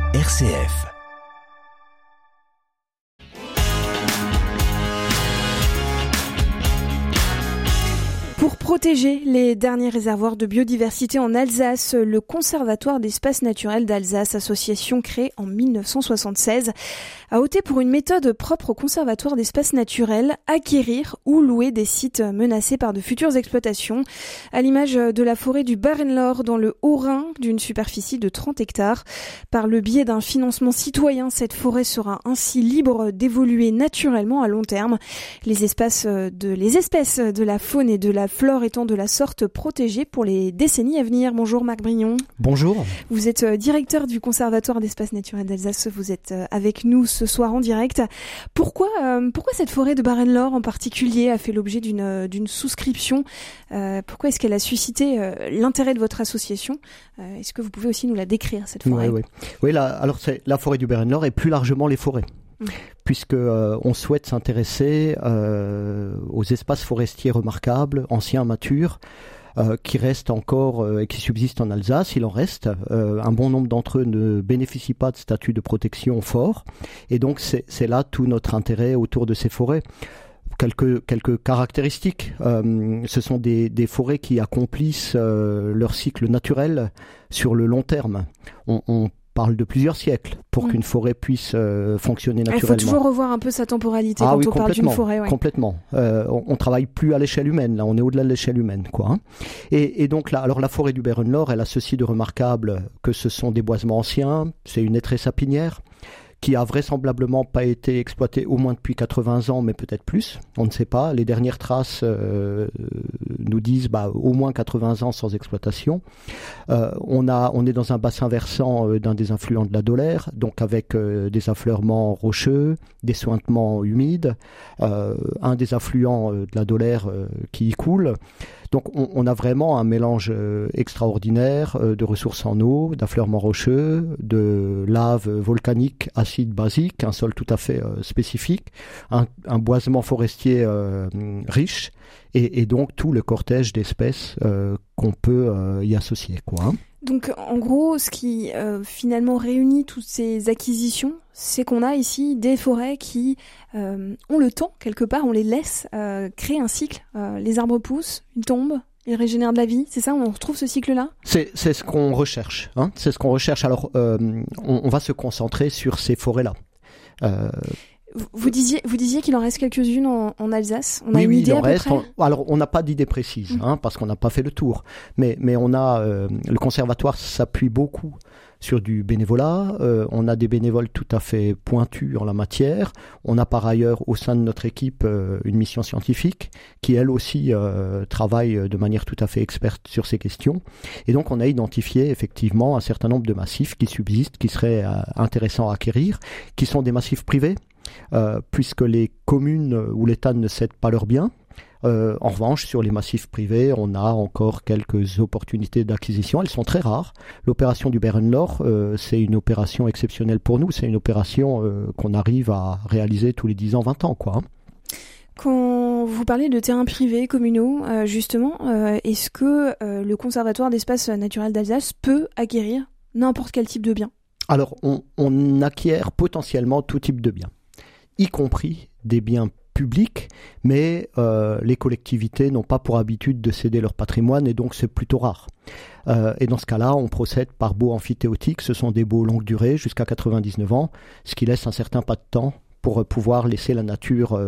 RCF. Pour protéger les derniers réservoirs de biodiversité en Alsace, le Conservatoire d'espaces naturels d'Alsace, association créée en 1976, a opté pour une méthode propre au Conservatoire d'espaces naturels, acquérir ou louer des sites menacés par de futures exploitations, à l'image de la forêt du Barrenlohr dans le Haut-Rhin, d'une superficie de 30 hectares. Par le biais d'un financement citoyen, cette forêt sera ainsi libre d'évoluer naturellement à long terme. Les espèces de la faune et de la flore étant de la sorte protégées pour les décennies à venir. Bonjour Marc Brignon. Bonjour. Vous êtes directeur du Conservatoire d'espaces naturels d'Alsace. Vous êtes avec nous ce soir en direct. Pourquoi cette forêt de Barrenlohr en particulier a fait l'objet d'une souscription? Pourquoi est-ce qu'elle a suscité l'intérêt de votre association? Est-ce que vous pouvez aussi nous la décrire, cette forêt? Oui, la forêt du Barrenlohr et plus largement les forêts. Puisque on souhaite s'intéresser aux espaces forestiers remarquables, anciens, matures, qui restent encore et qui subsistent en Alsace. Il en reste. Un bon nombre d'entre eux ne bénéficient pas de statut de protection fort. Et donc c'est là tout notre intérêt autour de ces forêts. Quelques caractéristiques. Ce sont des forêts qui accomplissent leur cycle naturel sur le long terme. On parle de plusieurs siècles pour qu'une forêt puisse fonctionner naturellement. Il faut toujours revoir un peu sa temporalité quand on parle d'une forêt. Ouais. Complètement. On travaille plus à l'échelle humaine, là, on est au-delà de l'échelle humaine, quoi. Hein. Et donc là, alors la forêt du Barrenlohr, elle a ceci de remarquable que ce sont des boisements anciens, c'est une hêtraie sapinière qui a vraisemblablement pas été exploitée au moins depuis 80 ans, mais peut-être plus, on ne sait pas. Les dernières traces nous disent au moins 80 ans sans exploitation. On est dans un bassin versant d'un des affluents de la Dolère, donc avec des affleurements rocheux, des suintements humides, un des affluents de la Dolère qui y coule. Donc on a vraiment un mélange extraordinaire de ressources en eau, d'affleurements rocheux, de lave volcanique acide basique, un sol tout à fait spécifique, un boisement forestier riche et donc tout le cortège d'espèces qu'on peut y associer, quoi. Hein. Donc en gros, ce qui finalement réunit toutes ces acquisitions, c'est qu'on a ici des forêts qui ont le temps, quelque part, on les laisse créer un cycle. Les arbres poussent, ils tombent, ils régénèrent de la vie, c'est ça, on retrouve ce cycle-là? C'est ce qu'on recherche. Hein, c'est ce qu'on recherche. Alors, on va se concentrer sur ces forêts-là. Vous disiez qu'il en reste quelques-unes en Alsace. On a une idée il en à peu reste. Près alors, on n'a pas d'idée précise, parce qu'on n'a pas fait le tour. Mais on a le conservatoire s'appuie beaucoup sur du bénévolat. On a des bénévoles tout à fait pointus en la matière. On a par ailleurs au sein de notre équipe une mission scientifique qui elle aussi travaille de manière tout à fait experte sur ces questions. Et donc on a identifié effectivement un certain nombre de massifs qui subsistent, qui seraient intéressants à acquérir, qui sont des massifs privés. Puisque les communes ou l'État ne cèdent pas leurs biens. En revanche, sur les massifs privés, on a encore quelques opportunités d'acquisition. Elles sont très rares. L'opération du Barrenlohr, c'est une opération exceptionnelle pour nous. C'est une opération qu'on arrive à réaliser tous les 10 ans, 20 ans, quoi. Quand vous parlez de terrains privés, communaux, justement, est-ce que le Conservatoire d'espaces naturels d'Alsace peut acquérir n'importe quel type de bien? Alors, on acquiert potentiellement tout type de biens, y compris des biens publics, mais les collectivités n'ont pas pour habitude de céder leur patrimoine et donc c'est plutôt rare. Et dans ce cas-là, on procède par baux amphithéotiques, ce sont des baux longue durée jusqu'à 99 ans, ce qui laisse un certain pas de temps pour pouvoir laisser la nature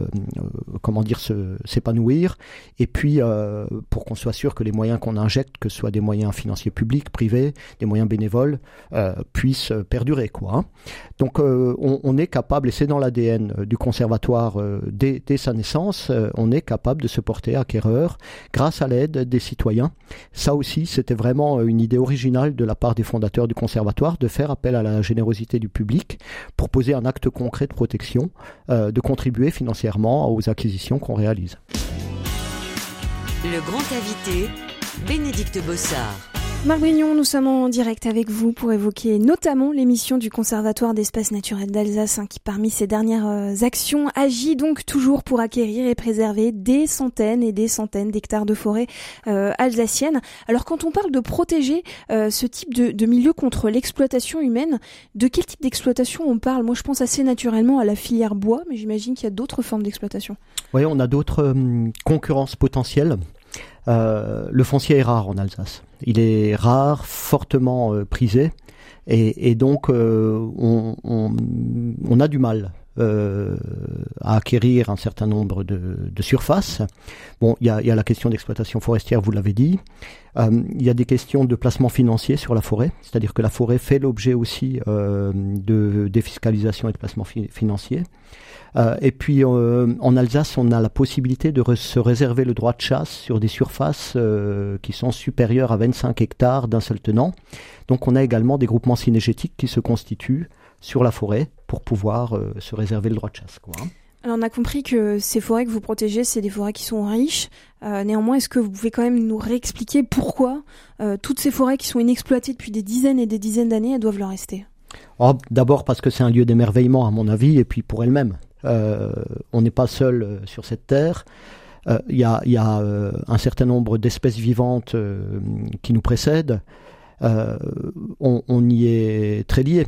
s'épanouir et puis pour qu'on soit sûr que les moyens qu'on injecte, que ce soit des moyens financiers publics, privés, des moyens bénévoles, puissent perdurer, quoi. Hein. Donc on est capable, et c'est dans l'ADN du conservatoire dès sa naissance, on est capable de se porter acquéreur grâce à l'aide des citoyens. Ça aussi, c'était vraiment une idée originale de la part des fondateurs du conservatoire de faire appel à la générosité du public pour poser un acte concret de protection, de contribuer financièrement aux acquisitions qu'on réalise. Le grand invité, Bénédicte Bossard. Marc Brignon, nous sommes en direct avec vous pour évoquer notamment l'émission du Conservatoire d'espaces naturels d'Alsace qui, parmi ses dernières actions, agit donc toujours pour acquérir et préserver des centaines et des centaines d'hectares de forêt alsaciennes. Alors quand on parle de protéger ce type de milieu contre l'exploitation humaine, de quel type d'exploitation on parle ? Moi je pense assez naturellement à la filière bois, mais j'imagine qu'il y a d'autres formes d'exploitation. Oui, on a d'autres concurrences potentielles. Le foncier est rare en Alsace. Il est rare, fortement prisé, et donc on a du mal à acquérir un certain nombre de surfaces. Bon, il y a la question d'exploitation forestière, vous l'avez dit. Il y a des questions de placement financier sur la forêt, c'est-à-dire que la forêt fait l'objet aussi de défiscalisation et de placement financier. Et puis en Alsace, on a la possibilité de se réserver le droit de chasse sur des surfaces qui sont supérieures à 25 hectares d'un seul tenant. Donc on a également des groupements synégétiques qui se constituent sur la forêt pour pouvoir se réserver le droit de chasse, quoi. Alors on a compris que ces forêts que vous protégez, c'est des forêts qui sont riches. Néanmoins, est-ce que vous pouvez quand même nous réexpliquer pourquoi toutes ces forêts qui sont inexploitées depuis des dizaines et des dizaines d'années, elles doivent le rester ? D'abord parce que c'est un lieu d'émerveillement à mon avis, et puis pour elles-mêmes. On n'est pas seul sur cette terre. Il y a un certain nombre d'espèces vivantes qui nous précèdent. On y est très lié.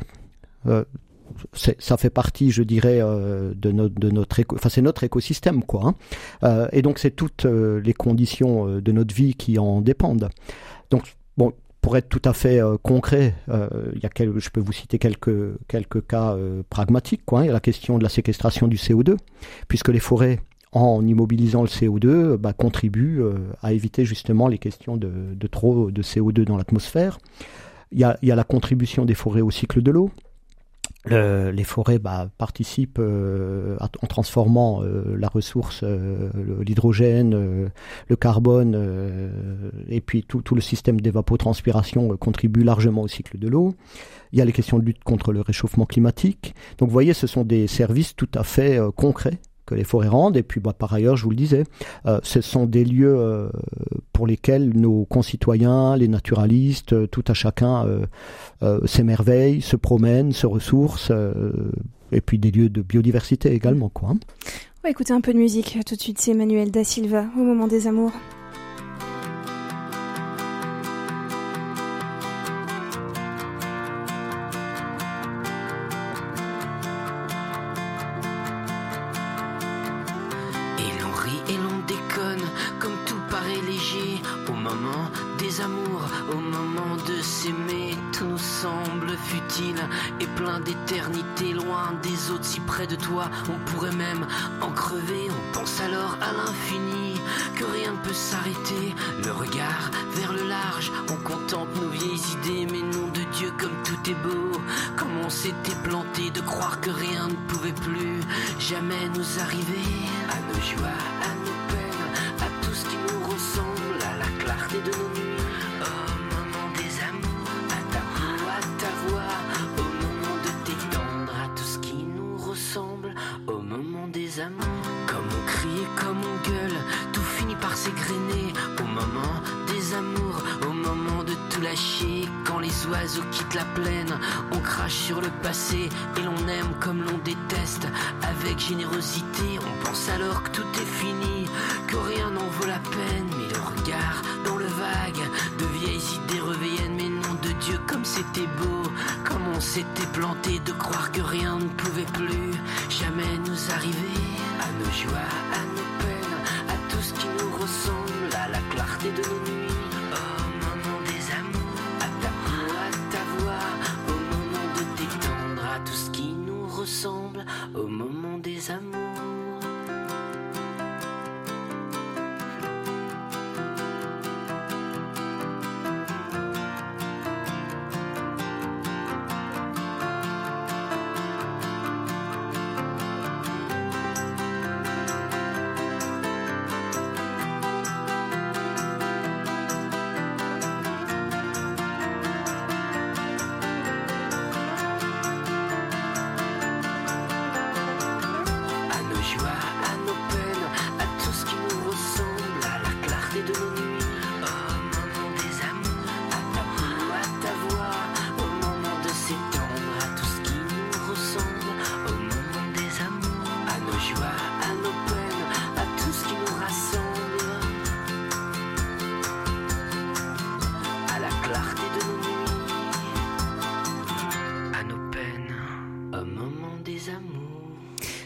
Ça fait partie, je dirais, de notre c'est notre écosystème, quoi. Et donc c'est toutes les conditions de notre vie qui en dépendent. Donc bon. Pour être tout à fait concret, je peux vous citer quelques cas pragmatiques, quoi. Il y a la question de la séquestration du CO2, puisque les forêts, en immobilisant le CO2, contribuent à éviter justement les questions de trop de CO2 dans l'atmosphère. Il y a la contribution des forêts au cycle de l'eau. Les forêts participent en transformant la ressource, l'hydrogène, le carbone, et puis tout le système d'évapotranspiration contribue largement au cycle de l'eau. Il y a les questions de lutte contre le réchauffement climatique. Donc vous voyez, ce sont des services tout à fait concrets que les forêts rendent. Et puis par ailleurs, je vous le disais, ce sont des lieux pour lesquels nos concitoyens, les naturalistes, tout à chacun s'émerveille, se promène, se ressource, et puis des lieux de biodiversité également, quoi. On va écouter un peu de musique tout de suite, c'est Emmanuel Da Silva, Au moment des amours. Et plein d'éternité loin des autres, si près de toi on pourrait même en crever. On pense alors à l'infini, que rien ne peut s'arrêter. Le regard vers le large, on contemple nos vieilles idées. Mais nom de Dieu comme tout est beau, comme on s'était planté de croire que rien ne pouvait plus jamais nous arriver. À nos joies, à nos peines, à tout ce qui nous ressemble, à la clarté de nos nuits. Comme on crie et comme on gueule, tout finit par s'égrener. Au moment des amours, au moment de tout lâcher. Quand les oiseaux quittent la plaine, on crache sur le passé. Et l'on aime comme l'on déteste, avec générosité. On pense alors que tout est fini, que rien n'en vaut la peine. Mais le regard dans le vague, de vieilles idées reviennent. Mais nom de Dieu comme c'était beau, comme on s'était planté de croire que rien ne pouvait plus jamais nous arriver. À nos joies, à nos peines, à tout ce qui nous ressemble, à la clarté de nos nuits. Au moment des amours, à ta peau, à ta voix, au moment de t'étendre, à tout ce qui nous ressemble, au moment des amours.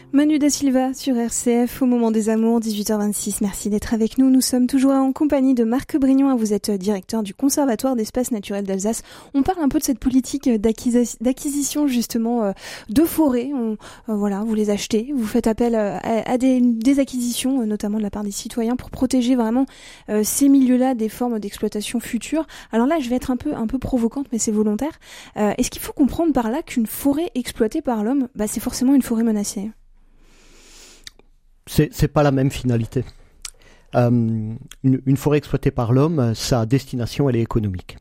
Manu da Silva sur RCF au moment des amours, 18h26. Merci d'être avec nous. Nous sommes toujours en compagnie de Marc Brignon. Vous êtes directeur du Conservatoire d'espaces naturels d'Alsace. On parle un peu de cette politique d'acquisition justement de forêts. Voilà, vous les achetez, vous faites appel à des acquisitions, notamment de la part des citoyens, pour protéger vraiment ces milieux-là des formes d'exploitation futures. Alors là, je vais être un peu provocante, mais c'est volontaire. Est-ce qu'il faut comprendre par là qu'une forêt exploitée par l'homme, c'est forcément une forêt menacée ? C'est pas la même finalité. Une forêt exploitée par l'homme, sa destination, elle est économique.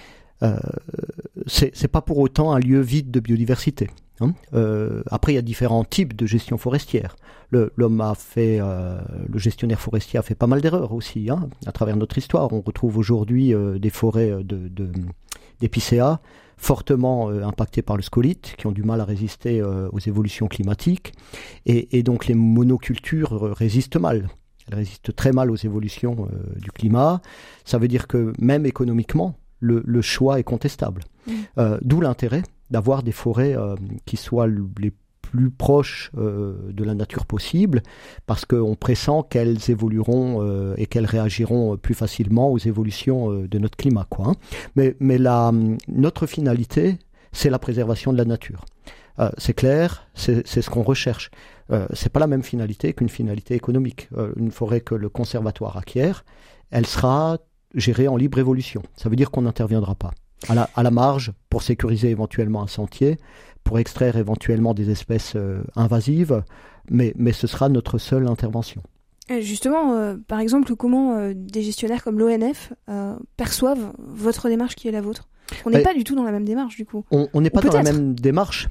C'est pas pour autant un lieu vide de biodiversité. Après, il y a différents types de gestion forestière. L'homme a fait, le gestionnaire forestier a fait pas mal d'erreurs aussi. À travers notre histoire, on retrouve aujourd'hui des forêts d'épicéas fortement impactés par le scolyte, qui ont du mal à résister aux évolutions climatiques, et donc les monocultures résistent mal. Elles résistent très mal aux évolutions du climat. Ça veut dire que même économiquement, le choix est contestable. D'où l'intérêt d'avoir des forêts qui soient les plus proches de la nature possible, parce qu'on pressent qu'elles évolueront et qu'elles réagiront plus facilement aux évolutions de notre climat, Mais notre finalité, c'est la préservation de la nature. C'est clair, c'est ce qu'on recherche. C'est pas la même finalité qu'une finalité économique. Une forêt que le conservatoire acquiert, elle sera gérée en libre évolution. Ça veut dire qu'on n'interviendra pas à la marge pour sécuriser éventuellement un sentier, pour extraire éventuellement des espèces invasives, mais ce sera notre seule intervention. Justement, par exemple, comment des gestionnaires comme l'ONF perçoivent votre démarche qui est la vôtre ? On n'est pas du tout dans la même démarche, du coup. On n'est pas dans la même démarche.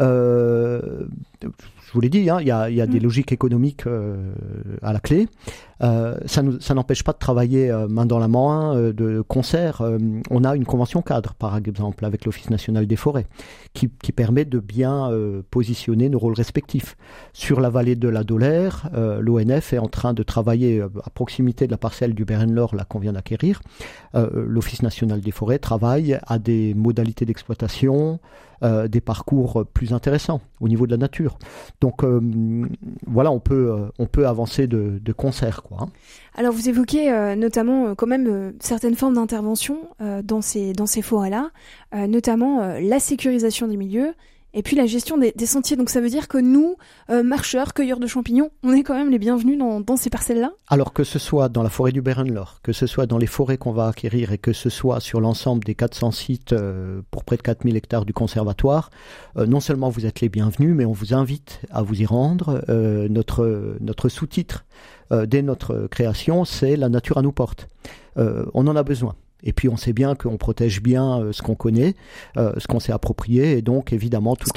Je vous l'ai dit, il y a des logiques économiques à la clé. Ça n'empêche pas de travailler main dans la main, de concert. On a une convention cadre, par exemple, avec l'Office national des forêts, qui permet de bien positionner nos rôles respectifs. Sur la vallée de la Dolère, l'ONF est en train de travailler à proximité de la parcelle du Berenlor, là qu'on vient d'acquérir. L'Office national des forêts travaille à des modalités d'exploitation, des parcours plus intéressants au niveau de la nature. Donc voilà, on peut avancer de concert, quoi. Alors vous évoquez notamment quand même certaines formes d'intervention dans ces forêts-là, notamment la sécurisation des milieux et puis la gestion des sentiers. Donc ça veut dire que nous, marcheurs, cueilleurs de champignons, on est quand même les bienvenus dans ces parcelles-là ? Alors que ce soit dans la forêt du Berenlor, que ce soit dans les forêts qu'on va acquérir et que ce soit sur l'ensemble des 400 sites pour près de 4000 hectares du conservatoire, non seulement vous êtes les bienvenus, mais on vous invite à vous y rendre. Notre sous-titre dès notre création, c'est « La nature à nous porte ». On en a besoin. Et puis on sait bien qu'on protège bien ce qu'on connaît, ce qu'on s'est approprié, et donc évidemment tout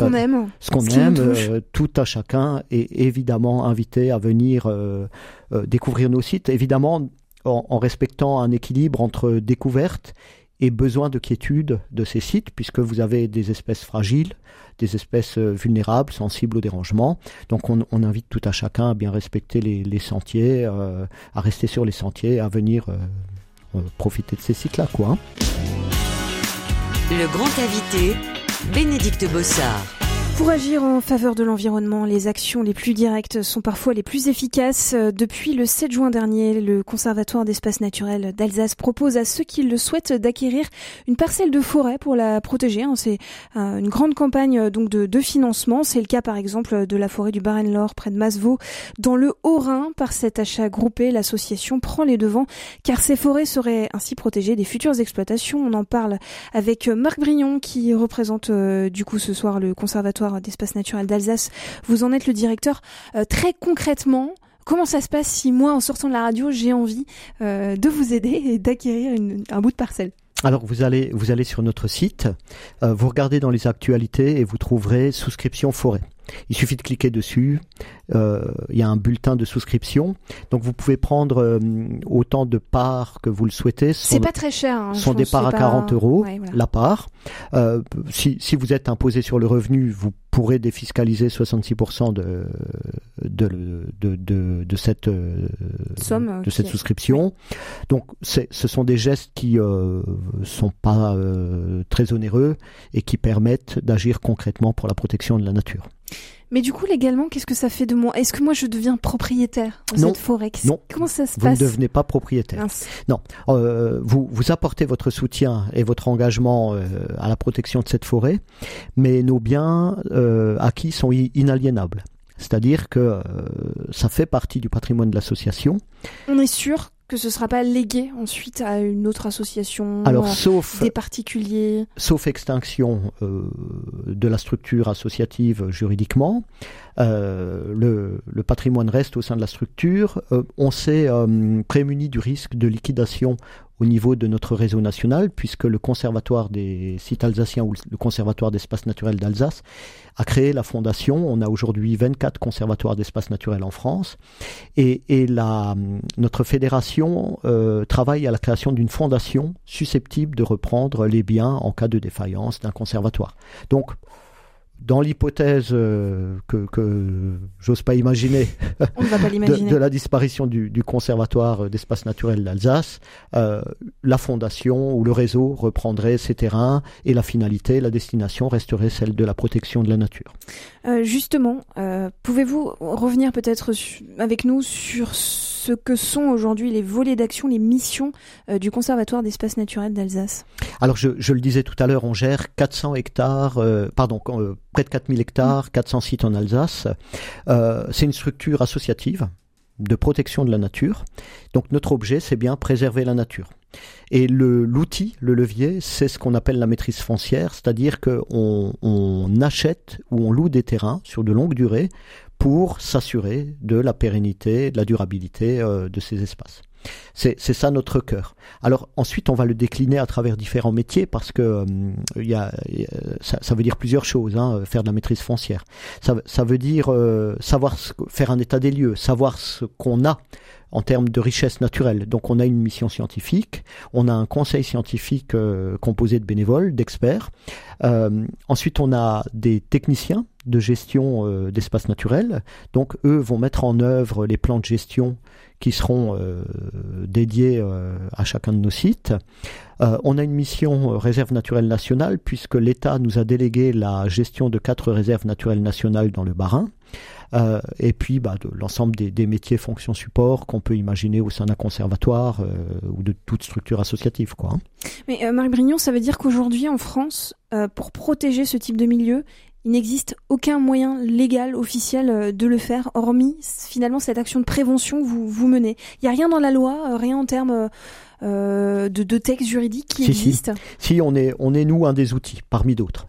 à chacun est évidemment invité à venir découvrir nos sites, évidemment en respectant un équilibre entre découverte et besoin de quiétude de ces sites, puisque vous avez des espèces fragiles, des espèces vulnérables, sensibles aux dérangements. Donc on invite tout à chacun à bien respecter les sentiers, à rester sur les sentiers, à venir profiter de ces sites-là, quoi. Le grand invité, Bénédicte Bossard. Pour agir en faveur de l'environnement, les actions les plus directes sont parfois les plus efficaces. Depuis le 7 juin dernier, le Conservatoire d'espaces naturels d'Alsace propose à ceux qui le souhaitent d'acquérir une parcelle de forêt pour la protéger. C'est une grande campagne donc de financement. C'est le cas par exemple de la forêt du Berenlor près de Masevaux dans le Haut-Rhin. Par cet achat groupé, l'association prend les devants car ces forêts seraient ainsi protégées des futures exploitations. On en parle avec Marc Brignon qui représente du coup ce soir le Conservatoire d'espaces naturels d'Alsace. Vous en êtes le directeur. Très concrètement, comment ça se passe si moi, en sortant de la radio, j'ai envie de vous aider et d'acquérir un bout de parcelle ? Alors vous allez sur notre site, vous regardez dans les actualités et vous trouverez souscription forêt. Il suffit de cliquer dessus, il y a un bulletin de souscription, donc vous pouvez prendre autant de parts que vous le souhaitez. C'est pas très cher. Son départ à 40 €, ouais, voilà. La part. Si vous êtes imposé sur le revenu, vous pourrez défiscaliser 66% de cette somme, de cette souscription. Oui. Donc ce sont des gestes qui sont pas très onéreux et qui permettent d'agir concrètement pour la protection de la nature. Mais du coup, légalement, qu'est-ce que ça fait de moi ? Est-ce que moi, je deviens propriétaire de cette forêt ? Non. Comment ça se passe ? Vous ne devenez pas propriétaire. Mince. Non. Vous apportez votre soutien et votre engagement à la protection de cette forêt, mais nos biens acquis sont inaliénables. C'est-à-dire que ça fait partie du patrimoine de l'association. On est sûr que ce ne sera pas légué ensuite à une autre association, sauf des particuliers. Sauf extinction de la structure associative juridiquement, le patrimoine reste au sein de la structure. On s'est prémuni du risque de liquidation au niveau de notre réseau national, puisque le Conservatoire des sites alsaciens ou le Conservatoire d'espaces naturels d'Alsace a créé la fondation. On a aujourd'hui 24 conservatoires d'espaces naturels en France. Et notre fédération travaille à la création d'une fondation susceptible de reprendre les biens en cas de défaillance d'un conservatoire. Donc, dans l'hypothèse que j'ose pas imaginer, on ne va pas l'imaginer, de la disparition du Conservatoire d'espaces naturels d'Alsace, la fondation ou le réseau reprendrait ces terrains et la finalité, la destination resterait celle de la protection de la nature. Justement, pouvez-vous revenir peut-être avec nous sur ce que sont aujourd'hui les volets d'action, les missions du Conservatoire d'espaces naturels d'Alsace ? Alors, je le disais tout à l'heure, on gère 400 hectares, près de 4000 hectares, 400 sites en Alsace. C'est une structure associative de protection de la nature. Donc, notre objet, c'est bien préserver la nature. Et l'outil, le levier, c'est ce qu'on appelle la maîtrise foncière, c'est-à-dire qu'on achète ou on loue des terrains sur de longues durées pour s'assurer de la pérennité, de la durabilité de ces espaces. C'est ça notre cœur. Alors ensuite, on va le décliner à travers différents métiers parce que ça veut dire plusieurs choses, faire de la maîtrise foncière. Ça veut dire faire un état des lieux, savoir ce qu'on a en termes de richesse naturelle. Donc on a une mission scientifique, on a un conseil scientifique composé de bénévoles, d'experts. Ensuite, on a des techniciens de gestion d'espaces naturels. Donc eux vont mettre en œuvre les plans de gestion qui seront dédiés à chacun de nos sites. On a une mission réserve naturelle nationale puisque l'État nous a délégué la gestion de 4 réserves naturelles nationales dans le Bas-Rhin. Et puis de l'ensemble des métiers fonctions support qu'on peut imaginer au sein d'un conservatoire ou de toute structure associative, quoi. Mais Marie Brignon, ça veut dire qu'aujourd'hui en France, pour protéger ce type de milieu, il n'existe aucun moyen légal, officiel de le faire, hormis finalement cette action de prévention que vous menez. Il n'y a rien dans la loi, rien en termes de textes juridiques qui existent. Si, on est nous un des outils parmi d'autres.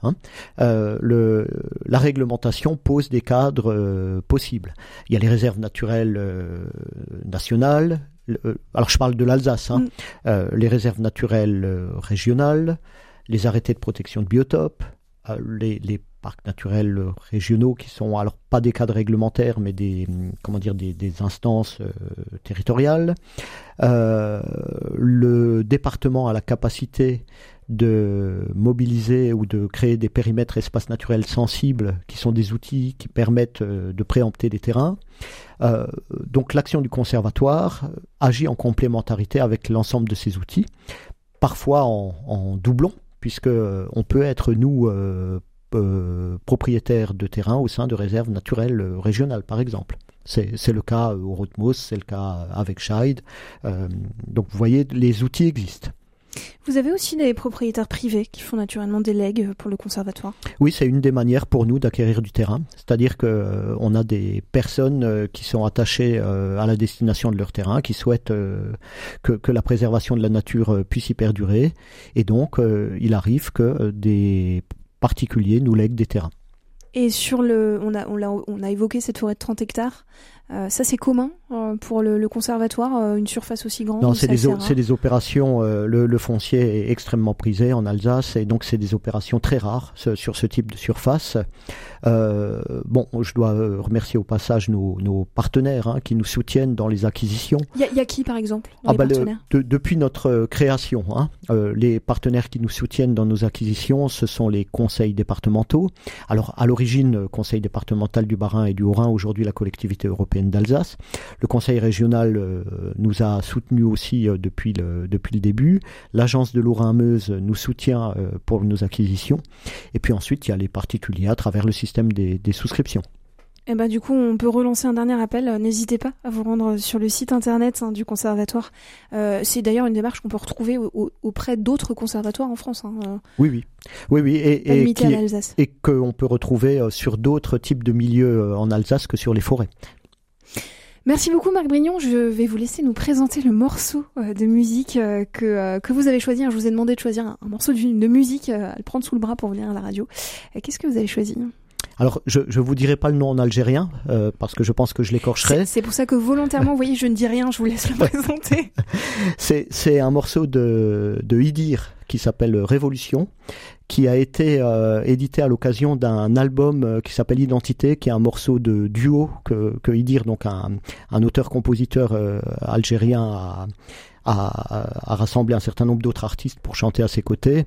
La réglementation pose des cadres possibles. Il y a les réserves naturelles nationales. Alors je parle de l'Alsace. Les réserves naturelles régionales, les arrêtés de protection de biotopes, les parcs naturels régionaux qui sont alors pas des cadres réglementaires mais des instances territoriales. Le département a la capacité de mobiliser ou de créer des périmètres espaces naturels sensibles qui sont des outils qui permettent de préempter des terrains. Donc l'action du conservatoire agit en complémentarité avec l'ensemble de ces outils, parfois en doublon, puisque on peut être nous propriétaires de terrains au sein de réserves naturelles régionales, par exemple. C'est le cas au Rotmos, c'est le cas avec Scheid. Donc vous voyez, les outils existent. Vous avez aussi des propriétaires privés qui font naturellement des legs pour le conservatoire ? Oui, c'est une des manières pour nous d'acquérir du terrain. C'est-à-dire qu'on a des personnes qui sont attachées à la destination de leur terrain, qui souhaitent que la préservation de la nature puisse y perdurer. Et donc, il arrive que des particuliers nous lèguent des terrains. Et sur on a évoqué cette forêt de 30 hectares. Ça, c'est commun pour le conservatoire, une surface aussi grande? Non, c'est des opérations, le foncier est extrêmement prisé en Alsace et donc c'est des opérations très rares sur ce type de surface. Je dois remercier au passage nos partenaires qui nous soutiennent dans les acquisitions. Il y a qui par exemple les partenaires depuis notre création, les partenaires qui nous soutiennent dans nos acquisitions, ce sont les conseils départementaux. Alors à l'origine, conseil départemental du Bas-Rhin et du Haut-Rhin, aujourd'hui la collectivité européenne alsacienne d'Alsace. Le conseil régional nous a soutenus aussi depuis le début. L'agence de Lorrain-Meuse nous soutient pour nos acquisitions. Et puis ensuite, il y a les particuliers à travers le système des souscriptions. Et du coup, on peut relancer un dernier appel. N'hésitez pas à vous rendre sur le site internet du conservatoire. C'est d'ailleurs une démarche qu'on peut retrouver auprès d'autres conservatoires en France. Oui. Et qu'on peut retrouver sur d'autres types de milieux en Alsace que sur les forêts. Merci beaucoup Marc Brignon. Je vais vous laisser nous présenter le morceau de musique que vous avez choisi. Je vous ai demandé de choisir un morceau de musique, à le prendre sous le bras pour venir à la radio. Qu'est-ce que vous avez choisi ? Alors, je vous dirai pas le nom en algérien, parce que je pense que je l'écorcherai. C'est pour ça que volontairement, vous voyez, je ne dis rien, je vous laisse le présenter. C'est un morceau de Idir qui s'appelle Révolution, qui a été édité à l'occasion d'un album qui s'appelle Identité, qui est un morceau de duo que Idir, donc un auteur-compositeur algérien, a rassemblé un certain nombre d'autres artistes pour chanter à ses côtés.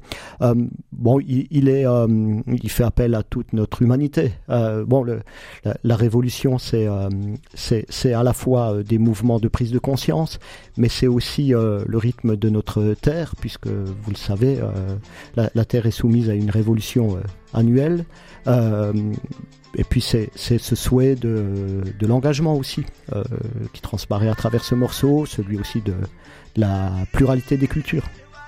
Il fait appel à toute notre humanité. La révolution, c'est à la fois des mouvements de prise de conscience, mais c'est aussi le rythme de notre terre, puisque vous le savez, la terre est soumise à une révolution annuelle. Et puis c'est ce souhait de l'engagement aussi qui transparaît à travers ce morceau, celui aussi de la pluralité des cultures.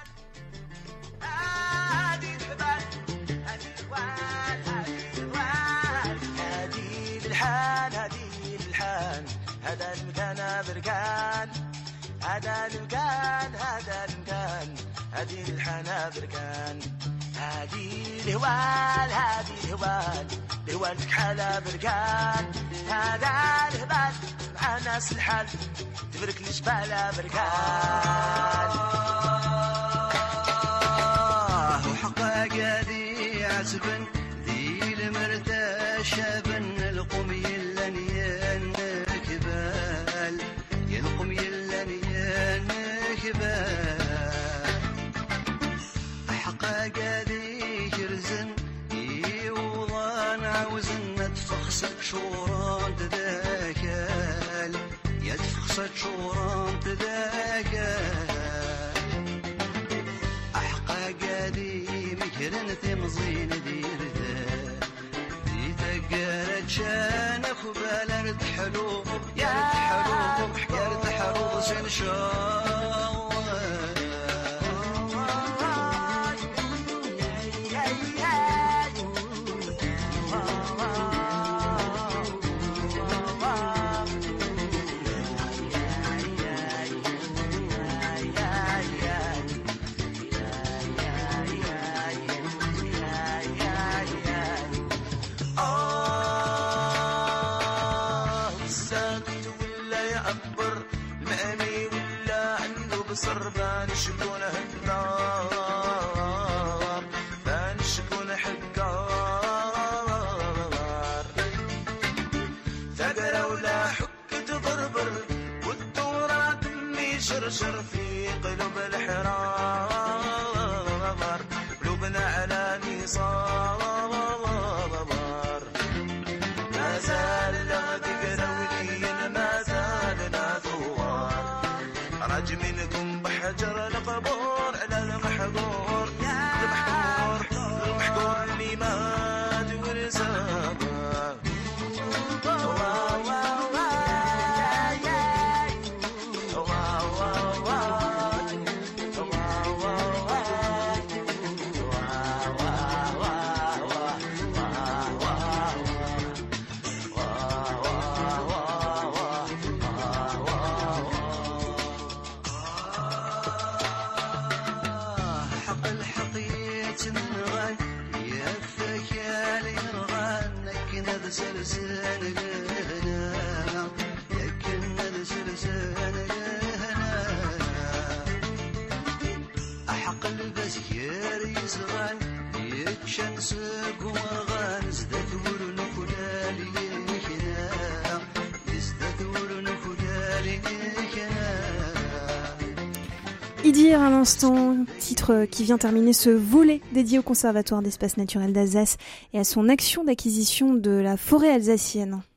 الهوال كحالة بركان هذا الهبال مع ناس الحال تبرك الجبال بركان وحقا ذي عزبن ذي المرتشى بن القوم يلن ينكبال يلقم يلن ينكبال حقا ذي كرزن تفخصت شوران تذاكل يا تفخصت شوران تذاكل أحقا قديم كرن تمزين ديرته دي تقرت شانك وبالا رتحلو يا رتحلو يا رتحلو شنشان صربان شكون هالنار بان شكون حقار ثقرة ولا حك تضربر والدورة دمي شرشر في قلوب الحرار قلوبنا على نصار ما زال الغدق روليا ما زالنا ثوار رج منكم بحجر القبور على المحظور المحظور اللي مات ورزاق Idir à l'instant, titre qui vient terminer ce volet dédié au Conservatoire d'Espaces Naturels d'Alsace et à son action d'acquisition de la forêt alsacienne.